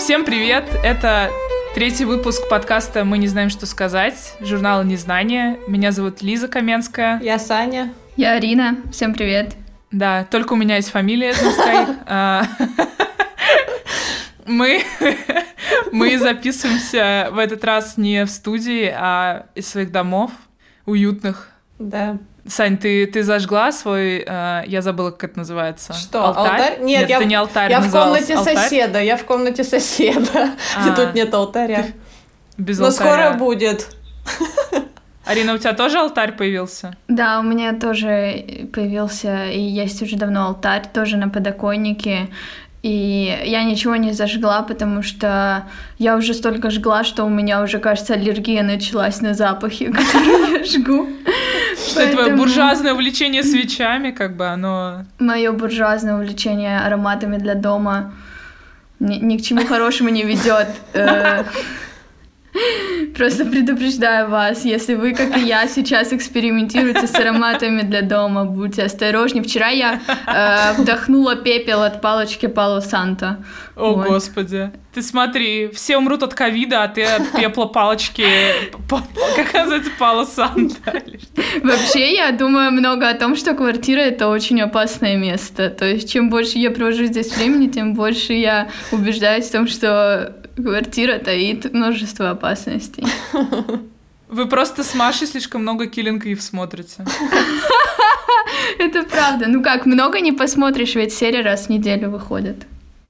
Всем привет! Это третий выпуск подкаста «Мы не знаем, что сказать», журнала «Незнание». Меня зовут Лиза Каменская. Я Саня. Я Арина. Всем привет. Да, только у меня есть фамилия Знамская. Мы записываемся в этот раз не в студии, а из своих домов уютных. Да. Сань, ты зажгла свой... я забыла, как это называется. Что, алтарь? Нет, это не алтарь, я в комнате алтарь. соседа. Я в комнате соседа. И тут нет алтаря. Без Но алтаря. скоро будет. Арина, у тебя тоже алтарь появился? Да, у меня тоже появился, и есть уже давно алтарь, тоже на подоконнике. И я ничего не зажгла, потому что я уже столько жгла, что у меня уже, кажется, аллергия началась на запахи, которые я жгу. Что это твое буржуазное увлечение свечами, как бы оно... Мое буржуазное увлечение ароматами для дома ни к чему хорошему не ведет. Просто предупреждаю вас, если вы, как и я, сейчас экспериментируете с ароматами для дома, будьте осторожнее. Вчера я вдохнула пепел от палочки Пало Санто. О, вот. Господи. Ты смотри, все умрут от ковида, а ты от пепла палочки, как называется, Пало Санто. Вообще, я думаю много о том, что квартира — это очень опасное место. То есть, чем больше я провожу здесь времени, тем больше я убеждаюсь в том, что квартира таит множество опасностей. Вы просто с Машей слишком много Killing Eve смотрите. Это правда. Ну как, много не посмотришь, ведь серия раз в неделю выходит.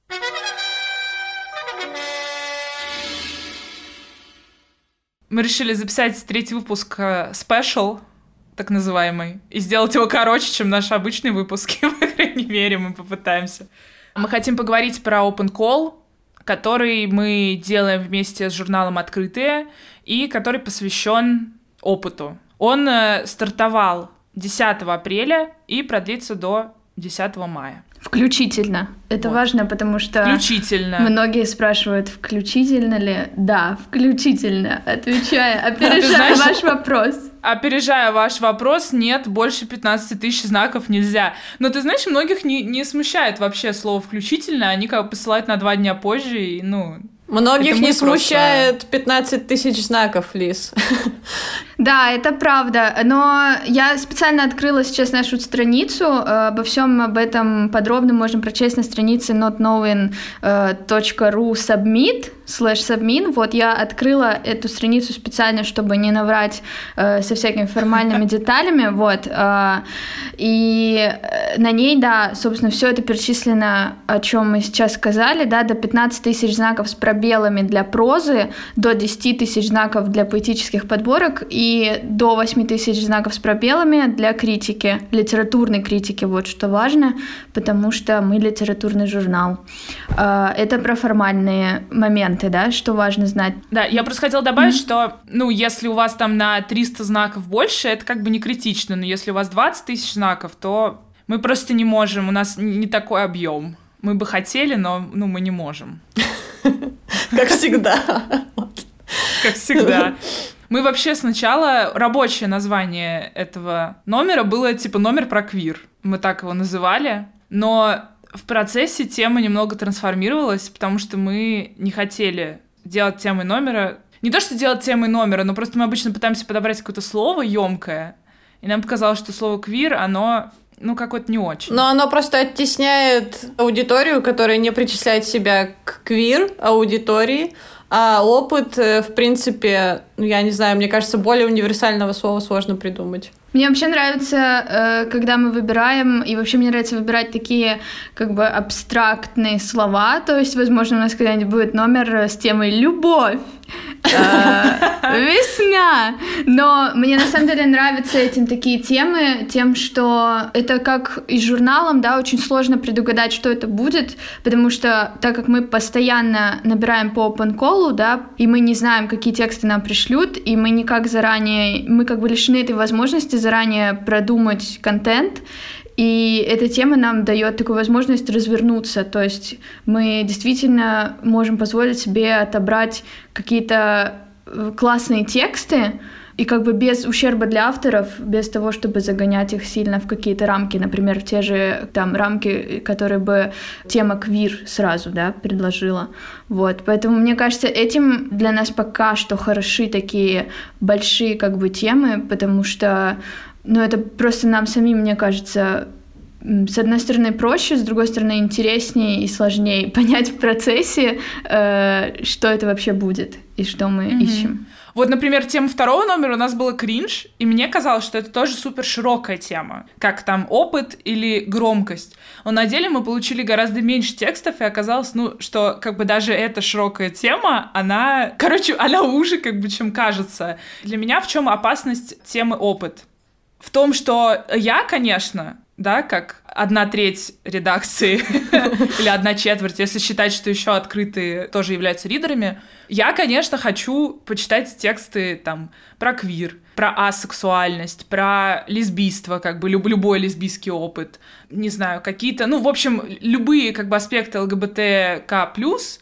Мы решили записать третий выпуск спешл, так называемый, и сделать его короче, чем наши обычные выпуски. По крайней мере, мы попытаемся. Мы хотим поговорить про Open Call, который мы делаем вместе с журналом «Открытые» и который посвящен опыту. Он стартовал 10 апреля и продлится до 10 мая. Включительно. Это вот. Важно, потому что многие спрашивают, включительно ли? Да, включительно. Отвечая, опережая ваш вопрос. Опережая ваш вопрос, нет, больше 15 тысяч знаков нельзя. Но ты знаешь, многих не смущает вообще слово «включительно», они как бы посылают на 2 дня позже, и, Многих не смущает 15 тысяч знаков, Лиз. Да, это правда, но я специально открыла сейчас нашу страницу, обо всем об этом подробно можно прочесть на странице notknowing.ru/submit. Вот я открыла эту страницу специально, чтобы не наврать со всякими формальными деталями, вот, и на ней, да, собственно, все это перечислено, о чем мы сейчас сказали, да, до 15 тысяч знаков с пробелами для прозы, до 10 тысяч знаков для поэтических подборок и до 8 тысяч знаков с пробелами для критики, литературной критики, вот что важно, потому что мы литературный журнал. Это про формальные моменты, да, что важно знать. Да, я просто хотела добавить, что, если у вас там на 300 знаков больше, это как бы не критично, но если у вас 20 тысяч знаков, то мы просто не можем, у нас не такой объем. Мы бы хотели, но мы не можем. Как всегда. Как всегда. Мы вообще сначала... Рабочее название этого номера было типа номер про квир. Мы так его называли. Но в процессе тема немного трансформировалась, потому что мы не хотели делать темой номера... Не то, что делать темой номера, но просто мы обычно пытаемся подобрать какое-то слово ёмкое. И нам показалось, что слово квир, оно... какое-то не очень. Но оно просто оттесняет аудиторию, которая не причисляет себя к квир-аудитории, а опыт, в принципе, я не знаю, мне кажется, более универсального слова сложно придумать. Мне вообще нравится, когда мы выбираем, и вообще мне нравится выбирать такие как бы абстрактные слова, то есть, возможно, у нас когда-нибудь будет номер с темой «любовь», «весна», но мне на самом деле нравятся этим такие темы, тем, что это как и с журналом, да, очень сложно предугадать, что это будет, потому что так как мы постоянно набираем по open call, да, и мы не знаем, какие тексты нам пришлют, и мы никак заранее, мы как бы лишены этой возможности заранее продумать контент, и эта тема нам дает такую возможность развернуться, то есть мы действительно можем позволить себе отобрать какие-то классные тексты, и как бы без ущерба для авторов, без того, чтобы загонять их сильно в какие-то рамки, например, в те же там рамки, которые бы тема квир сразу, да, предложила. Вот, поэтому мне кажется, этим для нас пока что хороши такие большие как бы темы, потому что, ну, это просто нам самим, мне кажется, с одной стороны проще, с другой стороны интереснее и сложнее понять в процессе, что это вообще будет и что мы ищем. Вот, например, тема второго номера у нас была кринж, и мне казалось, что это тоже супер широкая тема, как там опыт или громкость. Но на деле мы получили гораздо меньше текстов, и оказалось, ну, что как бы даже эта широкая тема, она уже как бы, чем кажется. Для меня в чем опасность темы опыт? В том, что я, конечно, да, как 1/3 редакции или 1/4, если считать, что еще открытые тоже являются ридерами, я, конечно, хочу почитать тексты там про квир, про асексуальность, про лесбийство, как бы любой лесбийский опыт, не знаю, какие-то, ну, в общем, любые как бы аспекты ЛГБТК+,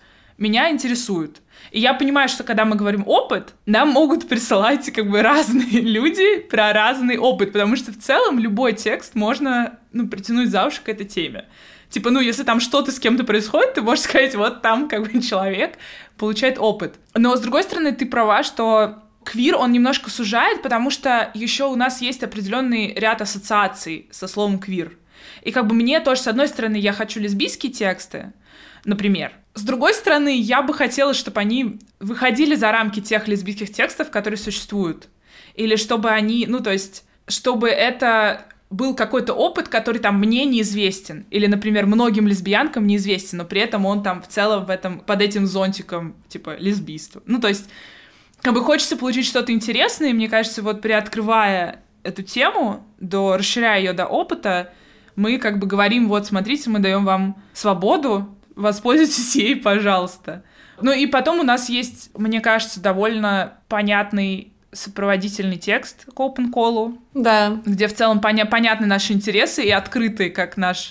меня интересуют. И я понимаю, что когда мы говорим «опыт», нам могут присылать как бы разные люди про разный опыт, потому что в целом любой текст можно, ну, притянуть за уши к этой теме. Типа, ну, если там что-то с кем-то происходит, ты можешь сказать, вот там как бы человек получает опыт. Но, с другой стороны, ты права, что квир, он немножко сужает, потому что еще у нас есть определенный ряд ассоциаций со словом квир. И как бы мне тоже, с одной стороны, я хочу лесбийские тексты, например. С другой стороны, я бы хотела, чтобы они выходили за рамки тех лесбийских текстов, которые существуют. Или чтобы они, ну, то есть, чтобы это был какой-то опыт, который там мне неизвестен. Или, например, многим лесбиянкам неизвестен, но при этом он там в целом под этим зонтиком, типа, лесбийства. Ну, то есть, как бы хочется получить что-то интересное, и мне кажется, вот приоткрывая эту тему, расширяя ее до опыта, мы как бы говорим, вот, смотрите, мы даем вам свободу, воспользуйтесь ей, пожалуйста. Ну и потом у нас есть, мне кажется, довольно понятный сопроводительный текст к Open Call'у, да, где в целом понятны наши интересы и открытые, как наши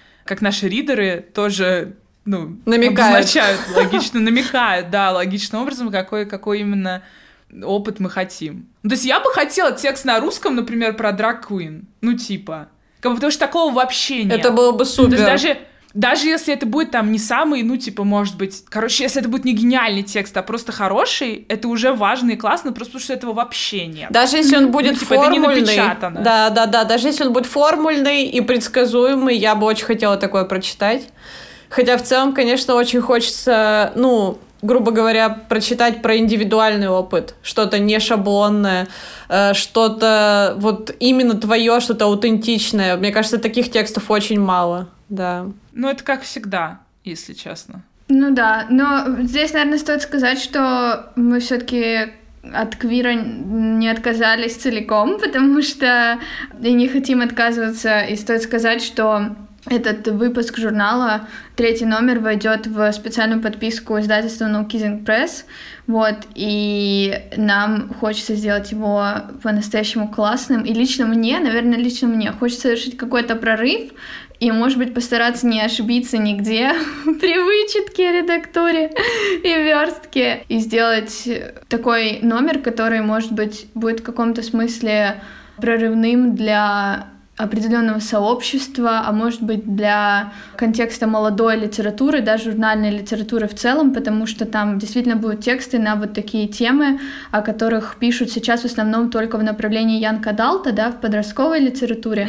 ридеры тоже, ну, обозначают, логично намекают, да, логичным образом, какой именно опыт мы хотим. То есть я бы хотела текст на русском, например, про Drag Queen, ну типа, как бы, потому что такого вообще нет. Это было бы супер. То есть даже если это будет там не самый, ну, типа, может быть... Короче, если это будет не гениальный текст, а просто хороший, это уже важно и классно, просто потому что этого вообще нет. Даже если он будет формульный... Это не напечатано. Да. Даже если он будет формульный и предсказуемый, я бы очень хотела такое прочитать. Хотя в целом, конечно, очень хочется, ну, грубо говоря, прочитать про индивидуальный опыт. Что-то не шаблонное, что-то вот именно твое, что-то аутентичное. Мне кажется, таких текстов очень мало, да. Ну, это как всегда, если честно. Ну да, но здесь, наверное, стоит сказать, что мы все-таки от квира не отказались целиком, потому что и не хотим отказываться. И стоит сказать, что этот выпуск журнала, 3-й номер, войдет в специальную подписку издательства No Kissing Press. Вот, и нам хочется сделать его по-настоящему классным. И лично мне хочется совершить какой-то прорыв и, может быть, постараться не ошибиться нигде при вычетке, редактуре и верстке, и сделать такой номер, который, может быть, будет в каком-то смысле прорывным для определенного сообщества, а может быть для контекста молодой литературы, да, журнальной литературы в целом, потому что там действительно будут тексты на вот такие темы, о которых пишут сейчас в основном только в направлении young adult, да, в подростковой литературе,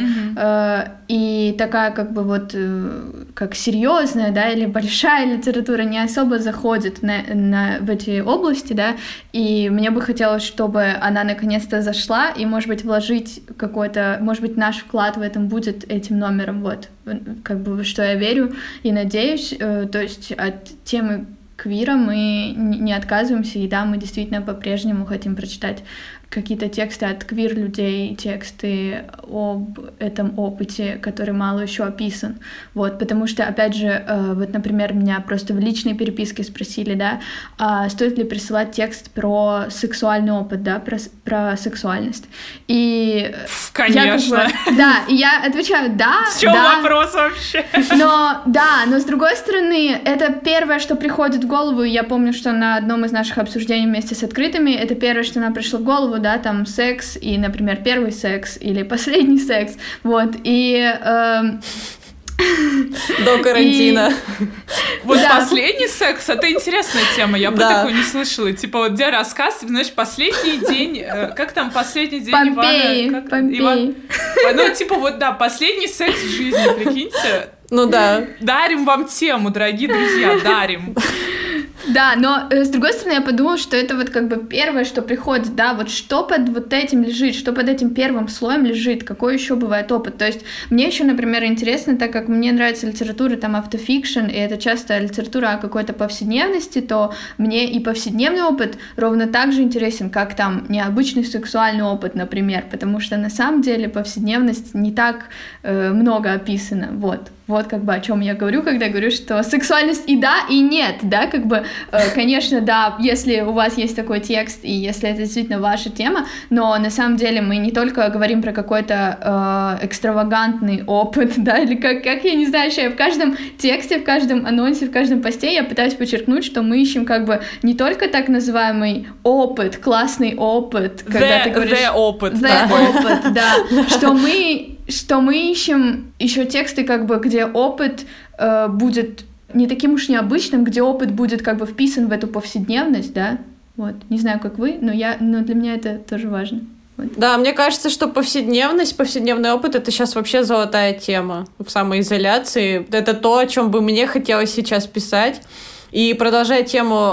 и такая как бы вот как серьезная, да, или большая литература не особо заходит в эти области, да, и мне бы хотелось, чтобы она наконец-то зашла и, может быть, вложить какой-то, может быть, наш вклад в этом будет этим номером, вот, как бы, что я верю и надеюсь, то есть от темы квира мы не отказываемся, и да, мы действительно по-прежнему хотим прочитать какие-то тексты от квир-людей, тексты об этом опыте, который мало еще описан, вот, потому что, опять же, вот, например, меня просто в личной переписке спросили, да, стоит ли присылать текст про сексуальный опыт, да, про сексуальность, и конечно, и я отвечаю, да, в чем вопрос вообще? Но с другой стороны, это первое, что приходит в голову, и я помню, что на одном из наших обсуждений вместе с открытыми, это первое, что нам пришло в голову, голову, да, там секс и, например, первый секс или последний секс, вот, и... До карантина. Вот последний секс, это интересная тема, я про такую не слышала. Типа вот где рассказ, знаешь, последний день, как там последний день Помпей. Ну типа вот да, последний секс в жизни, прикиньте. Ну да. Дарим вам тему, дорогие друзья, дарим. Да, но с другой стороны я подумала, что это вот как бы первое, что приходит, да, вот что под вот этим лежит, что под этим первым слоем лежит, какой еще бывает опыт. То есть мне еще, например, интересно, так как мне нравится литература, там, автофикшн, и это часто литература о какой-то повседневности, то мне и повседневный опыт ровно так же интересен, как там необычный сексуальный опыт, например, потому что на самом деле повседневность не так много описана, вот. Вот как бы о чем я говорю, когда говорю, что сексуальность и да, и нет, да, как бы, конечно, да, если у вас есть такой текст, и если это действительно ваша тема, но на самом деле мы не только говорим про какой-то экстравагантный опыт, да, или как я не знаю, что я в каждом тексте, в каждом анонсе, в каждом посте я пытаюсь подчеркнуть, что мы ищем как бы не только так называемый опыт, классный опыт, когда ты говоришь... опыт, да, что мы ищем еще тексты, как бы, где опыт будет не таким уж необычным, где опыт будет как бы вписан в эту повседневность, да, вот, не знаю, как вы, но для меня это тоже важно. Вот. Да, мне кажется, что повседневный опыт — это сейчас вообще золотая тема в самоизоляции, это то, о чем бы мне хотелось сейчас писать, и продолжая тему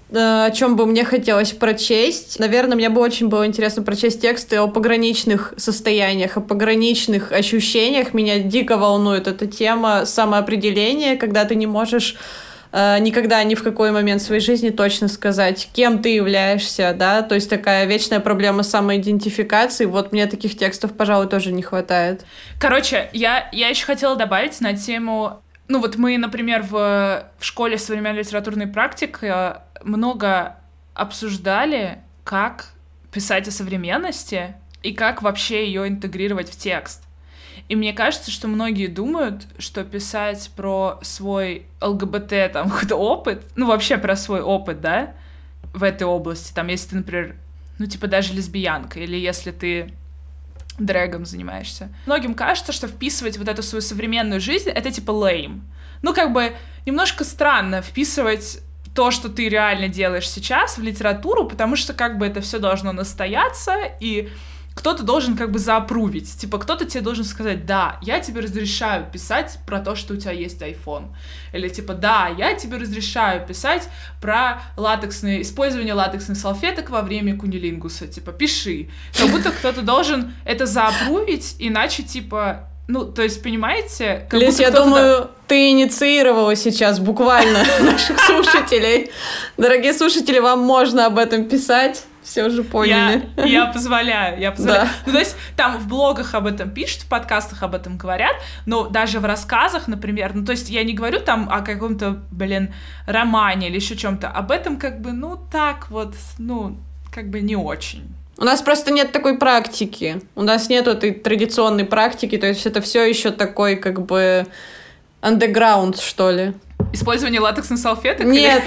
о чем бы мне хотелось прочесть. Наверное, мне бы очень было интересно прочесть тексты о пограничных состояниях, о пограничных ощущениях. Меня дико волнует эта тема самоопределения, когда ты не можешь никогда ни в какой момент своей жизни точно сказать, кем ты являешься, да, то есть такая вечная проблема самоидентификации. Вот мне таких текстов, пожалуй, тоже не хватает. Короче, я еще хотела добавить на тему... Ну вот мы, например, в школе современной литературной практики много обсуждали, как писать о современности и как вообще ее интегрировать в текст. И мне кажется, что многие думают, что писать про свой ЛГБТ, там, какой-то опыт, ну, вообще про свой опыт, да, в этой области, там, если ты, например, ну, типа, даже лесбиянка, или если ты дрэгом занимаешься. Многим кажется, что вписывать вот эту свою современную жизнь — это, типа, lame. Ну, как бы, немножко странно вписывать то, что ты реально делаешь сейчас, в литературу, потому что как бы это все должно настояться, и кто-то должен как бы заапрувить. Типа кто-то тебе должен сказать: да, я тебе разрешаю писать про то, что у тебя есть iPhone. Или типа: да, я тебе разрешаю писать про использование латексных салфеток во время кунилингуса. Типа пиши. Как будто кто-то должен это заапрувить, иначе типа... Ну, то есть, понимаете? Лиз, я думаю, ты инициировала сейчас буквально наших слушателей. Дорогие слушатели, вам можно об этом писать. Все уже поняли. Я позволяю. Да. Ну, то есть, там в блогах об этом пишут, в подкастах об этом говорят, но даже в рассказах, например, ну, то есть, я не говорю там о каком-то, романе или еще чем-то. Об этом как бы, ну, так вот, ну, как бы не очень. У нас просто нет такой практики. У нас нет этой традиционной практики, то есть это все еще такой, как бы, андеграунд, что ли. Использование латексных салфеток? Нет.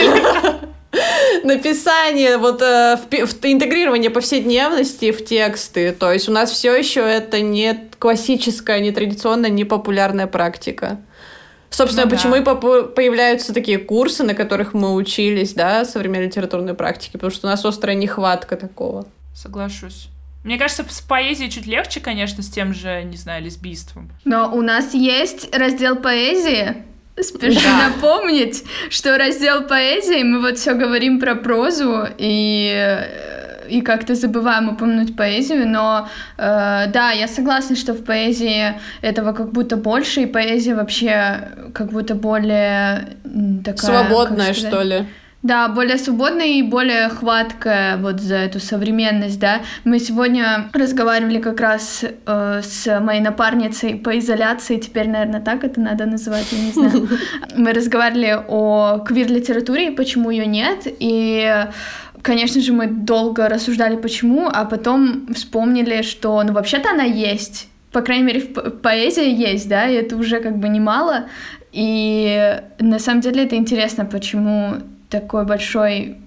Написание, вот интегрирование повседневности в тексты. То есть у нас все еще это не классическая, не традиционная, не популярная практика. Собственно, почему и появляются такие курсы, на которых мы учились, да, современной литературной практики, потому что у нас острая нехватка такого. Соглашусь. Мне кажется, с поэзией чуть легче, конечно, с тем же, не знаю, лесбийством. Но у нас есть раздел поэзии. Спешу напомнить, что раздел поэзии, мы вот все говорим про прозу и как-то забываем упомянуть поэзию, но да, я согласна, что в поэзии этого как будто больше, и поэзия вообще как будто более такая... Свободная, что ли? Да, более свободная и более хваткая вот за эту современность, да. Мы сегодня разговаривали как раз с моей напарницей по изоляции, теперь, наверное, так это надо называть, я не знаю. Мы разговаривали о квир-литературе и почему ее нет, и... Конечно же, мы долго рассуждали, почему, а потом вспомнили, что, ну, вообще-то она есть. По крайней мере, поэзия есть, да, и это уже как бы немало. И на самом деле это интересно, почему такой большой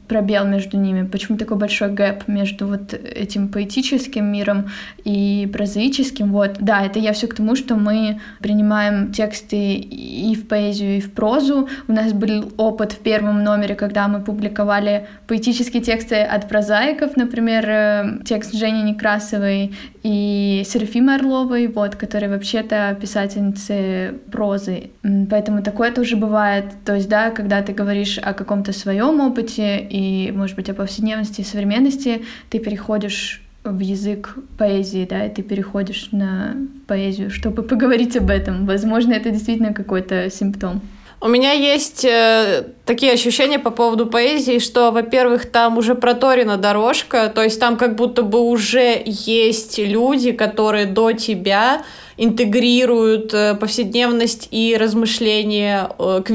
пробел между ними, почему такой большой гэп между вот этим поэтическим миром и прозаическим. Вот, да, это я все к тому, что мы принимаем тексты и в поэзию, и в прозу. У нас был опыт в первом номере, когда мы публиковали поэтические тексты от прозаиков, например, текст Жени Некрасовой и Серафимы Орловой, вот, которые вообще-то писательницы прозы. Поэтому такое тоже бывает. То есть, да, когда ты говоришь о каком-то своем опыте и, может быть, о повседневности и современности, ты переходишь в язык поэзии, да, и ты переходишь на поэзию, чтобы поговорить об этом. Возможно, это действительно какой-то симптом. У меня есть такие ощущения по поводу поэзии, что, во-первых, там уже проторена дорожка, то есть там как будто бы уже есть люди, которые до тебя интегрируют повседневность и размышления,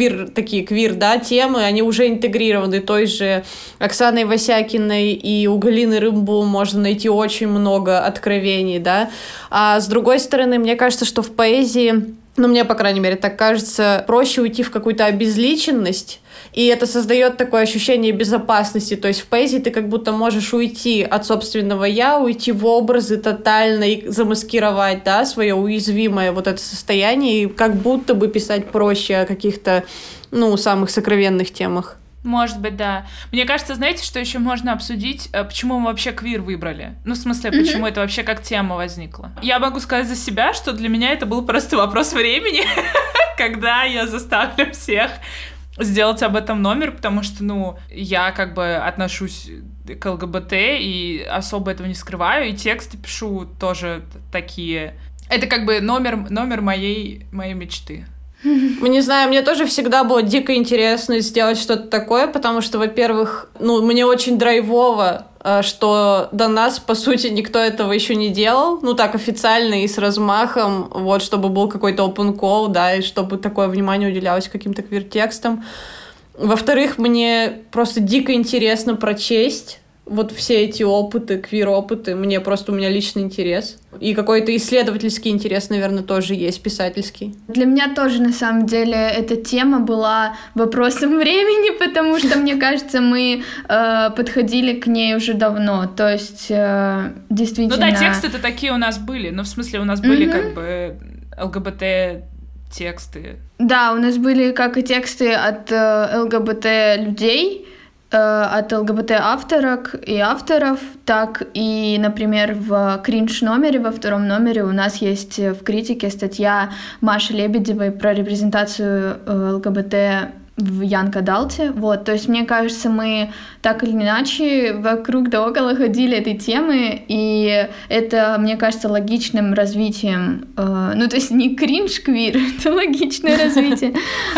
квир, да, темы, они уже интегрированы. Той же Оксаной Васякиной и у Галины Рымбу можно найти очень много откровений, да. А с другой стороны, мне кажется, что в поэзии, ну, мне, по крайней мере, так кажется, проще уйти в какую-то обезличенность, и это создает такое ощущение безопасности. То есть в поэзии ты как будто можешь уйти от собственного «я», уйти в образы тотально и замаскировать, да, свое уязвимое вот это состояние, и как будто бы писать проще о каких-то, ну, самых сокровенных темах. Может быть, да. Мне кажется, знаете, что еще можно обсудить, почему мы вообще квир выбрали? Ну, в смысле, почему это вообще как тема возникла? Я могу сказать за себя, что для меня это был просто вопрос времени, когда я заставлю всех сделать об этом номер, потому что, ну, я как бы отношусь к ЛГБТ и особо этого не скрываю, и тексты пишу тоже такие. Это как бы номер моей мечты. Не знаю, мне тоже всегда было дико интересно сделать что-то такое, потому что, во-первых, ну, мне очень драйвово, что до нас, по сути, никто этого еще не делал, ну, так официально и с размахом, вот, чтобы был какой-то open call, да, и чтобы такое внимание уделялось каким-то квир-текстам. Во-вторых, мне просто дико интересно прочесть вот все эти опыты, квир-опыты, у меня личный интерес. И какой-то исследовательский интерес, наверное, тоже есть, писательский. Для меня тоже, на самом деле, эта тема была вопросом времени, потому что, мне кажется, мы подходили к ней уже давно. То есть, действительно... Ну да, тексты-то такие у нас были. Ну, в смысле, у нас были как бы ЛГБТ-тексты. Да, у нас были как и тексты от ЛГБТ-людей, от ЛГБТ-авторок и авторов, так и, например, в кринж-номере, во втором номере у нас есть в критике статья Маши Лебедевой про репрезентацию ЛГБТ в Янг Адалте. Вот, то есть, мне кажется, мы так или иначе вокруг да около ходили этой темы, и это, мне кажется, логичным развитием, ну, то есть не кринж-квир, это логичное развитие,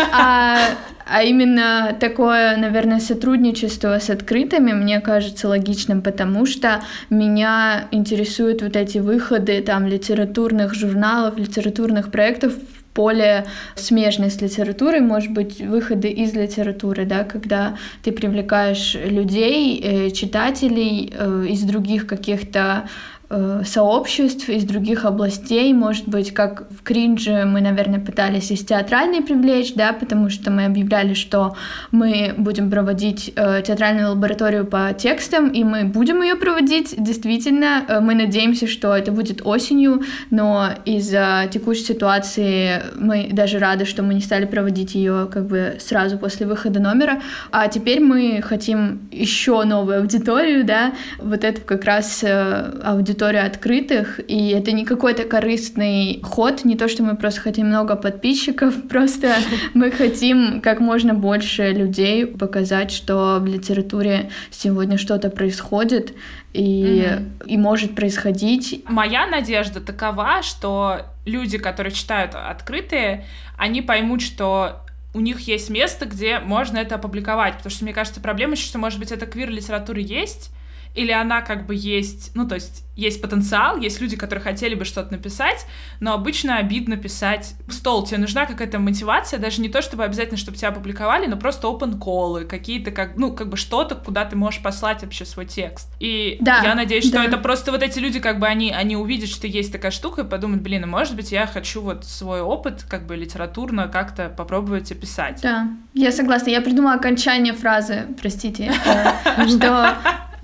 а именно такое, наверное, сотрудничество с открытыми мне кажется логичным, потому что меня интересуют вот эти выходы там литературных журналов, литературных проектов в поле смежной с литературой, может быть, выходы из литературы, да, когда ты привлекаешь людей, читателей из других каких-то сообществ, из других областей, может быть, как в кринже мы, наверное, пытались из театральной привлечь, да, потому что мы объявляли, что мы будем проводить театральную лабораторию по текстам, и мы будем ее проводить, действительно, мы надеемся, что это будет осенью, но из-за текущей ситуации мы даже рады, что мы не стали проводить ее как бы сразу после выхода номера, а теперь мы хотим еще новую аудиторию, да, вот эту как раз аудиторию открытых, и это не какой-то корыстный ход, не то, что мы просто хотим много подписчиков, просто мы хотим как можно больше людей показать, что в литературе сегодня что-то происходит и может происходить. Моя надежда такова, что люди, которые читают открытые, они поймут, что у них есть место, где можно это опубликовать, потому что, мне кажется, проблема еще, что, может быть, эта квир-литература есть, или она как бы есть, ну, то есть есть потенциал, есть люди, которые хотели бы что-то написать, но обычно обидно писать в стол. Тебе нужна какая-то мотивация, даже не то, чтобы обязательно, чтобы тебя опубликовали, но просто open-коллы, какие-то, как бы что-то, куда ты можешь послать вообще свой текст. И я надеюсь, что это просто вот эти люди, как бы они увидят, что есть такая штука, и подумают, блин, может быть, я хочу вот свой опыт, как бы литературно как-то попробовать описать. Да, я согласна. Я придумала окончание фразы, простите, что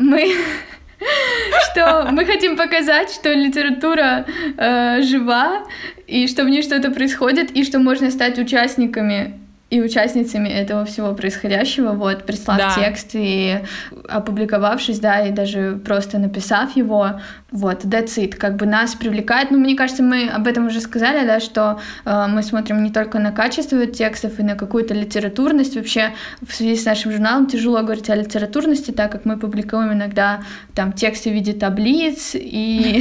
мы хотим показать, что литература жива, и что в ней что-то происходит, и что можно стать участниками и участницами этого всего происходящего, вот, прислав текст и опубликовавшись, да, и даже просто написав его, вот, that's it, как бы нас привлекает, ну, мне кажется, мы об этом уже сказали, да, что мы смотрим не только на качество текстов и на какую-то литературность, вообще в связи с нашим журналом тяжело говорить о литературности, так как мы публикуем иногда там тексты в виде таблиц и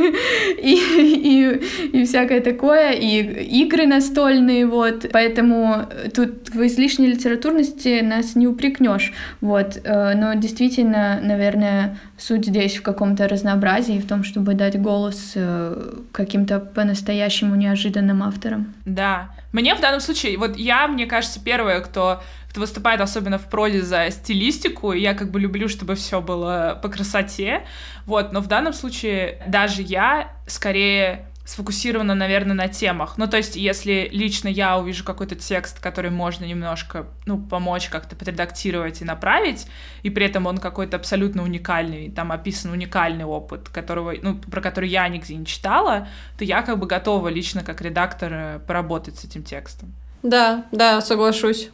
всякое такое, и игры настольные, вот, поэтому тут в излишней литературности нас не упрекнешь, вот, но действительно, наверное, суть здесь в каком-то разнообразии, в том, чтобы дать голос каким-то по-настоящему неожиданным авторам. Да, мне в данном случае, вот мне кажется, первая, кто выступает особенно в прозе за стилистику, и я как бы люблю, чтобы все было по красоте, вот, но в данном случае даже я скорее сфокусирована, наверное, на темах. Ну, то есть, если лично я увижу какой-то текст, который можно немножко, ну, помочь как-то подредактировать и направить, и при этом он какой-то абсолютно уникальный, там описан уникальный опыт, про который я нигде не читала, то я как бы готова лично как редактор поработать с этим текстом. Да, соглашусь.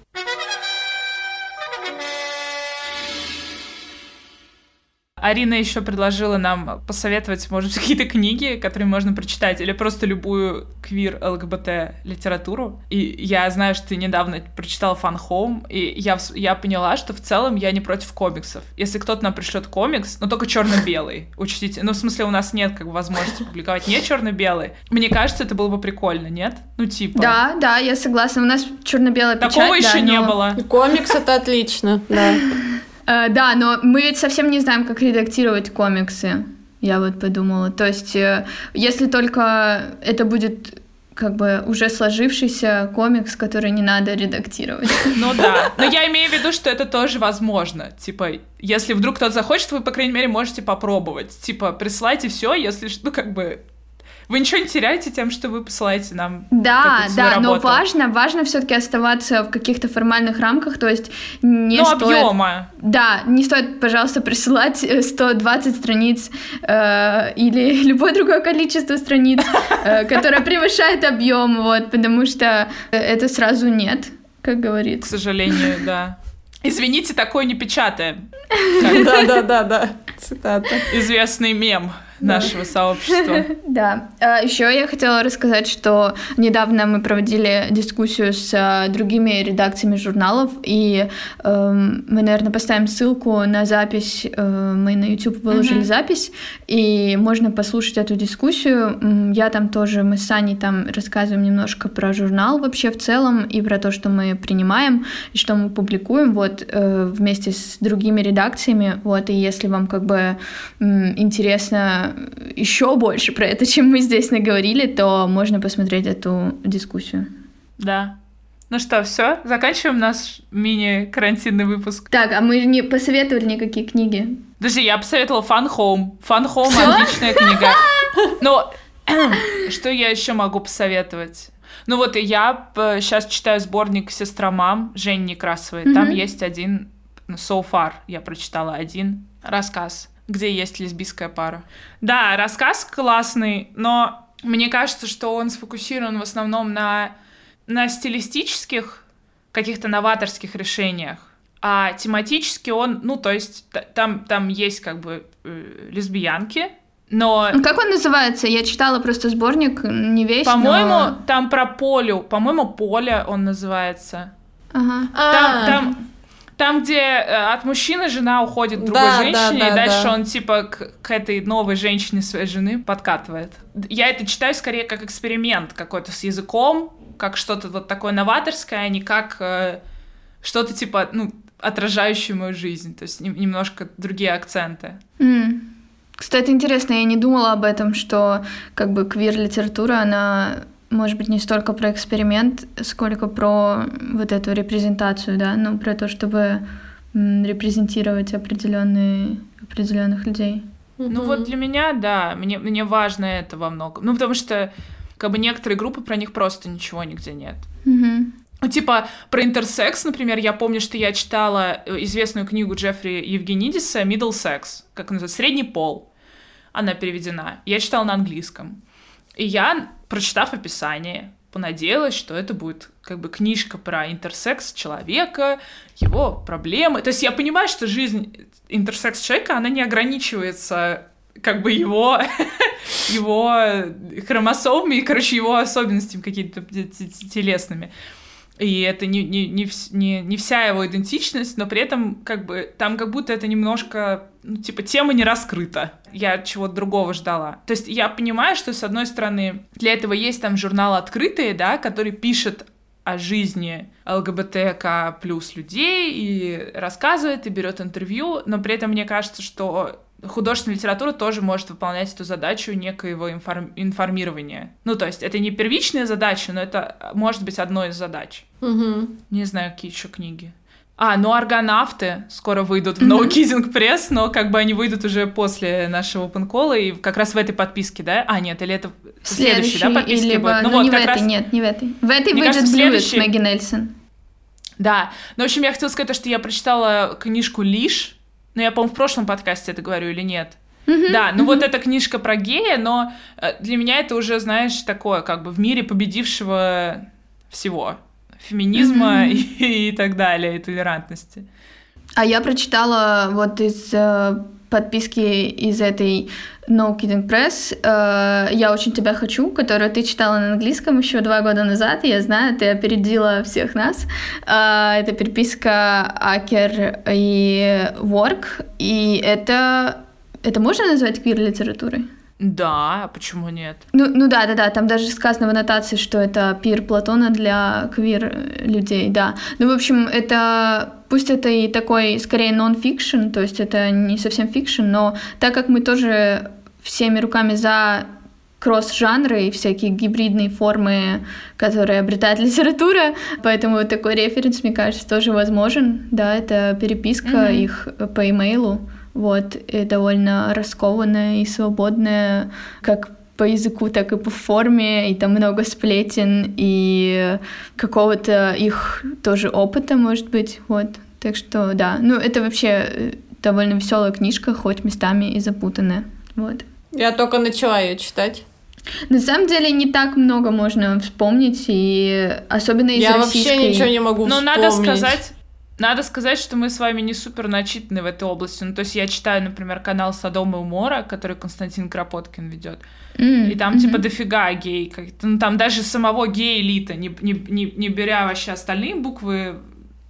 Арина еще предложила нам посоветовать, может быть, какие-то книги, которые можно прочитать, или просто любую квир ЛГБТ литературу. И я знаю, что ты недавно прочитала Fun Home, и я поняла, что в целом я не против комиксов. Если кто-то нам пришлет комикс, но только черно-белый, учтите. Ну, в смысле, у нас нет как бы возможности публиковать не черно-белый. Мне кажется, это было бы прикольно, нет? Ну, типа. Да, я согласна. У нас черно-белая печать. Такого еще не было. Комикс — это отлично, да. Да, но мы ведь совсем не знаем, как редактировать комиксы, я вот подумала. То есть, если только это будет как бы уже сложившийся комикс, который не надо редактировать. Ну да, но я имею в виду, что это тоже возможно. Типа, если вдруг кто-то захочет, вы, по крайней мере, можете попробовать. Типа, присылайте все, если что, как бы... Вы ничего не теряете тем, что вы посылаете нам какую-то свою работу. Но важно все-таки оставаться в каких-то формальных рамках, то есть не стоит... объема. Да, не стоит, пожалуйста, присылать 120 страниц или любое другое количество страниц, которое превышает объем, вот, потому что это сразу нет, как говорится. К сожалению, да. Извините, такое не печатаем. Да. Цитата. Известный мем нашего сообщества. Да. Еще я хотела рассказать, что недавно мы проводили дискуссию с другими редакциями журналов, и мы, наверное, поставим ссылку на запись. Мы на YouTube выложили запись, и можно послушать эту дискуссию. Я там тоже, мы с Саней там рассказываем немножко про журнал вообще в целом, и про то, что мы принимаем, и что мы публикуем, вот, вместе с другими редакциями, вот, и если вам как бы интересно еще больше про это, чем мы здесь наговорили, то можно посмотреть эту дискуссию. Да. Ну что, все, заканчиваем наш мини-карантинный выпуск. Так, а мы не посоветовали никакие книги. Подожди, я посоветовала Fun Home. Fun Home — отличная книга. Но что я еще могу посоветовать? Ну вот я сейчас читаю сборник «Сестра-мам» Жени Некрасовой. Там есть один, so far я прочитала один рассказ, где есть лесбийская пара. Да, рассказ классный, но мне кажется, что он сфокусирован в основном на стилистических, каких-то новаторских решениях, а тематически он, ну, то есть там есть как бы лесбиянки, но... Как он называется? Я читала просто сборник, не весь, По-моему, там про Полю, по-моему, Поля он называется. Ага. Там, где от мужчины жена уходит к другой женщине, и дальше он типа к этой новой женщине своей жены подкатывает. Я это читаю скорее как эксперимент какой-то с языком, как что-то вот такое новаторское, а не как что-то типа, ну, отражающую мою жизнь, то есть немножко другие акценты. Кстати, интересно, я не думала об этом, что как бы квир-литература, она, может быть, не столько про эксперимент, сколько про вот эту репрезентацию, да, ну, про то, чтобы репрезентировать определенных людей. Ну вот для меня, да, мне важно это во многом. Ну, потому что как бы некоторые группы, про них просто ничего нигде нет. Типа про интерсекс, например, я помню, что я читала известную книгу Джеффри Евгенидиса «Middle Sex», как называется, «Средний пол». Она переведена. Я читала на английском. И я, прочитав описание, понадеялась, что это будет как бы книжка про интерсекс человека, его проблемы. То есть я понимаю, что жизнь интерсекс человека, она не ограничивается как бы его хромосомами и, короче, его особенностями какими-то телесными. И это не вся его идентичность, но при этом как бы там как будто это немножко, ну, типа, тема не раскрыта. Я чего-то другого ждала. То есть я понимаю, что, с одной стороны, для этого есть там журнал «Открытые», да, который пишет о жизни ЛГБТК плюс людей и рассказывает, и берет интервью, но при этом мне кажется, что художественная литература тоже может выполнять эту задачу некоего информирования. Ну, то есть это не первичная задача, но это может быть одной из задач. Не знаю, какие еще книги. Ну «Аргонавты» скоро выйдут в No Kidding Press, но как бы они выйдут уже после нашего open-call, и как раз в этой подписке, да? Нет, или это в следующей, да, подписке либо... будет? Ну вот, не как в этой, раз... нет, не в этой. В этой выйдет Блюет с Мэгги Нельсон. Да, ну, в общем, я хотела сказать, что я прочитала книжку «Лиш», но я, по-моему, в прошлом подкасте это говорю или нет. Да, ну вот эта книжка про гея, но для меня это уже, знаешь, такое, как бы в мире победившего всего. Феминизма и так далее, и толерантности. А я прочитала вот из подписки из этой No Kidding Press «Я очень тебя хочу», которую ты читала на английском еще 2 года назад, я знаю, ты опередила всех нас. Это переписка Акер и Work, и это можно назвать квир-литературой? Да, почему нет? Ну да, там даже сказано в аннотации, что это пир Платона для квир-людей, да. Ну, в общем, это, пусть это и такой, скорее, нон-фикшн, то есть это не совсем фикшн, но так как мы тоже всеми руками за кросс-жанры и всякие гибридные формы, которые обретает литература, поэтому такой референс, мне кажется, тоже возможен, да, это переписка их по имейлу. Вот, и довольно раскованная и свободная, как по языку, так и по форме, и там много сплетен, и какого-то их тоже опыта, может быть, вот. Так что, да, ну, это вообще довольно веселая книжка, хоть местами и запутанная, вот. Я только начала ее читать. На самом деле не так много можно вспомнить, и особенно из российской... Я вообще ничего не могу вспомнить. Надо сказать, что мы с вами не супер начитаны в этой области. Ну, то есть я читаю, например, канал «Содом и Умора», который Константин Кропоткин ведет. И там типа дофига гей. Ну, там даже самого гей-элита, не беря вообще остальные буквы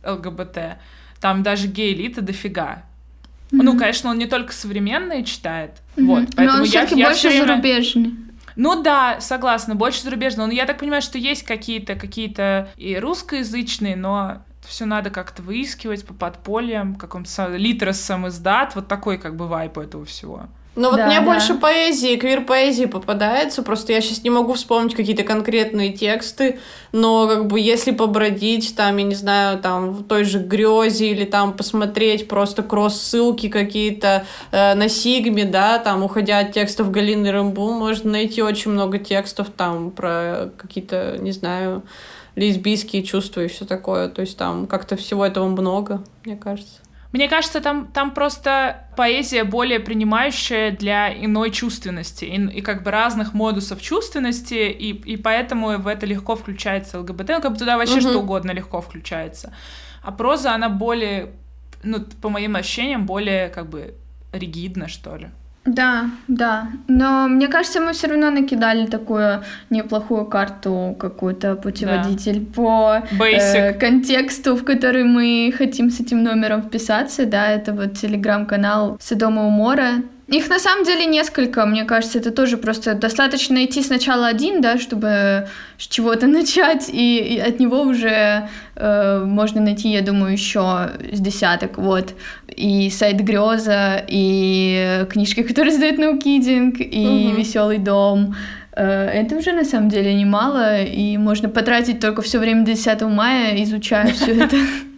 ЛГБТ, там даже гей-элита дофига. Ну, конечно, он не только современные читает. Вот, поэтому но он все-таки больше зарубежный. Ну да, согласна, больше зарубежного. Но я так понимаю, что есть какие-то и русскоязычные, но... Все надо как-то выискивать по подпольям, каком-то литросом издат, вот такой как бы вайп этого всего. Ну вот мне больше поэзии, квир-поэзии попадается, просто я сейчас не могу вспомнить какие-то конкретные тексты, но как бы если побродить, там, я не знаю, там, в той же Грёзе или там посмотреть просто кросс-ссылки какие-то на Сигме, да, там, уходя от текстов Галины Рымбу, можно найти очень много текстов там про какие-то, не знаю, лесбийские чувства и все такое. То есть там как-то всего этого много, мне кажется. Мне кажется, там просто поэзия более принимающая для иной чувственности и как бы разных модусов чувственности, и поэтому в это легко включается ЛГБТ, ну, как бы туда вообще что угодно легко включается. А проза, она более, ну, по моим ощущениям, более как бы ригидна, что ли. Да, да. Но мне кажется, мы все равно накидали такую неплохую карту, какой-то путеводитель по контексту, в который мы хотим с этим номером вписаться. Да, это вот телеграм-канал «Содома у моря». Их на самом деле несколько, мне кажется, это тоже просто достаточно найти сначала один, да, чтобы с чего-то начать, и от него уже можно найти, я думаю, еще с десяток, вот. И сайт Греза, и книжки, которые издает Наукидинг, и Веселый дом. Это уже на самом деле немало, и можно потратить только все время до 10 мая, изучая все это.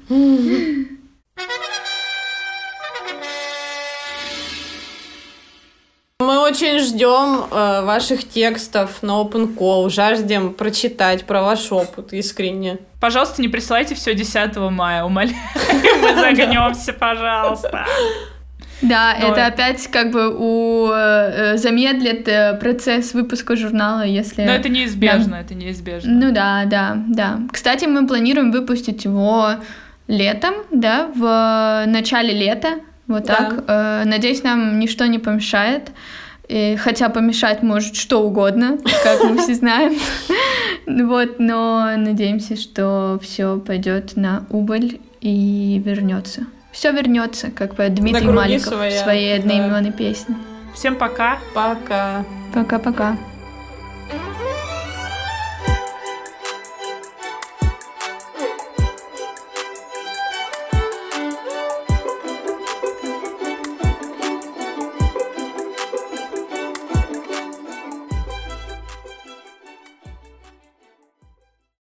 Мы очень ждем ваших текстов на Open Call, жаждем прочитать про ваш опыт искренне. Пожалуйста, не присылайте все 10 мая, умоляю. Мы загнемся, пожалуйста. Да, это опять как бы замедлит процесс выпуска журнала, если... Но это неизбежно, это неизбежно. Ну да. Кстати, мы планируем выпустить его летом, да, в начале лета. Вот так. Надеюсь, нам ничто не помешает. Хотя помешать может что угодно, как мы все знаем. Вот, но надеемся, что все пойдет на убыль и вернется. Все вернется, как поет Дмитрий Маликов в своей одноименной песне. Всем пока. Пока. Пока-пока.